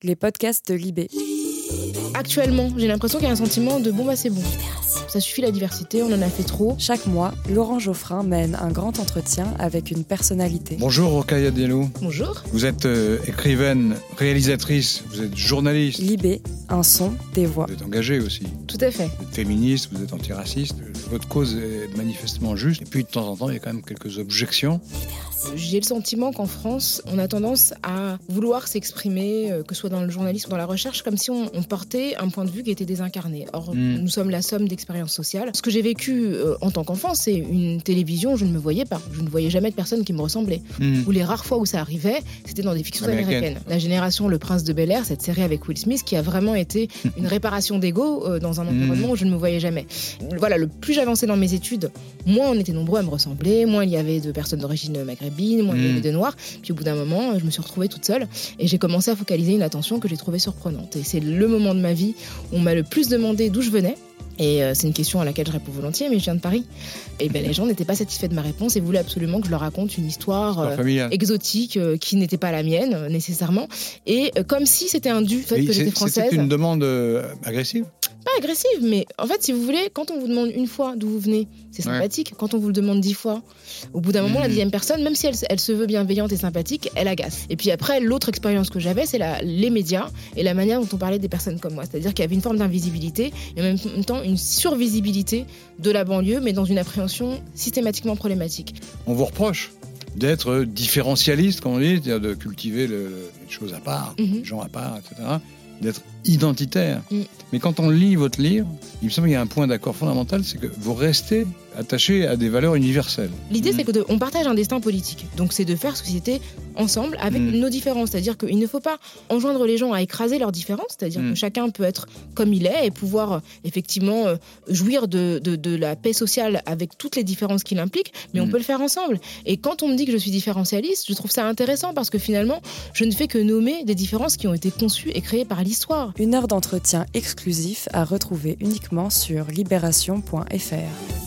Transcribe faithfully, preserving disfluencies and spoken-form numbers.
les podcasts de Libé. Actuellement, j'ai l'impression qu'il y a un sentiment de bon bah c'est bon. Ça suffit la diversité, on en a fait trop. Chaque mois, Laurent Geoffrin mène un grand entretien avec une personnalité. Bonjour Rokhaya Diallo. Bonjour. Vous êtes euh, écrivaine, réalisatrice, vous êtes journaliste. Libé, un son, des voix. Vous êtes engagée aussi. Tout à fait. Vous êtes féministe, vous êtes antiraciste. Votre cause est manifestement juste. Et puis de temps en temps, il y a quand même quelques objections. J'ai le sentiment qu'en France, on a tendance à vouloir s'exprimer, euh, que ce soit dans le journalisme ou dans la recherche, comme si on, on portait un point de vue qui était désincarné. Or, mmh. nous sommes la somme d'expériences sociales. Ce que j'ai vécu euh, en tant qu'enfant, c'est une télévision, je ne me voyais pas. Je ne voyais jamais de personne qui me ressemblait. Mmh. Ou les rares fois où ça arrivait, c'était dans des fictions américaines. américaines. La génération Le Prince de Bel-Air, cette série avec Will Smith, qui a vraiment été une réparation d'ego euh, dans un environnement mmh. où je ne me voyais jamais. Voilà, le plus j'avançais dans mes études, moins on était nombreux à me ressembler, moins il y avait de personnes d'origine maghrébine, moi il y avait de noirs, puis au bout d'un moment je me suis retrouvée toute seule et j'ai commencé à focaliser une attention que j'ai trouvée surprenante et c'est le moment de ma vie où on m'a le plus demandé d'où je venais. Et euh, c'est une question à laquelle je réponds volontiers, mais je viens de Paris. Et ben, les gens n'étaient pas satisfaits de ma réponse et voulaient absolument que je leur raconte une histoire euh, exotique euh, qui n'était pas la mienne, euh, nécessairement. Et euh, comme si c'était un dû, le fait et que j'étais française. C'était une demande euh, agressive ? Pas agressive, mais en fait, si vous voulez, quand on vous demande une fois d'où vous venez, c'est sympathique. Ouais. Quand on vous le demande dix fois, au bout d'un moment, mmh. la dixième personne, même si elle, elle se veut bienveillante et sympathique, elle agace. Et puis après, l'autre expérience que j'avais, c'est la, les médias et la manière dont on parlait des personnes comme moi. C'est-à-dire qu'il y avait une forme d'invisibilité et en même temps une survisibilité de la banlieue, mais dans une appréhension systématiquement problématique. On vous reproche d'être différentialiste, comme on dit, c'est-à-dire de cultiver le, le, les choses à part, mmh. les gens à part, et cetera, d'être identitaire. Mmh. Mais quand on lit votre livre, il me semble qu'il y a un point d'accord fondamental, c'est que vous restez attaché à des valeurs universelles. L'idée, mmh. c'est qu'on partage un destin politique. Donc, c'est de faire société ensemble avec mmh. nos différences. C'est-à-dire qu'il ne faut pas enjoindre les gens à écraser leurs différences. C'est-à-dire mmh. que chacun peut être comme il est et pouvoir euh, effectivement euh, jouir de, de, de la paix sociale avec toutes les différences qu'il implique. Mais mmh. on peut le faire ensemble. Et quand on me dit que je suis différentialiste, je trouve ça intéressant parce que finalement, je ne fais que nommer des différences qui ont été conçues et créées par l'histoire. Une heure d'entretien exclusif à retrouver uniquement sur libération point f r.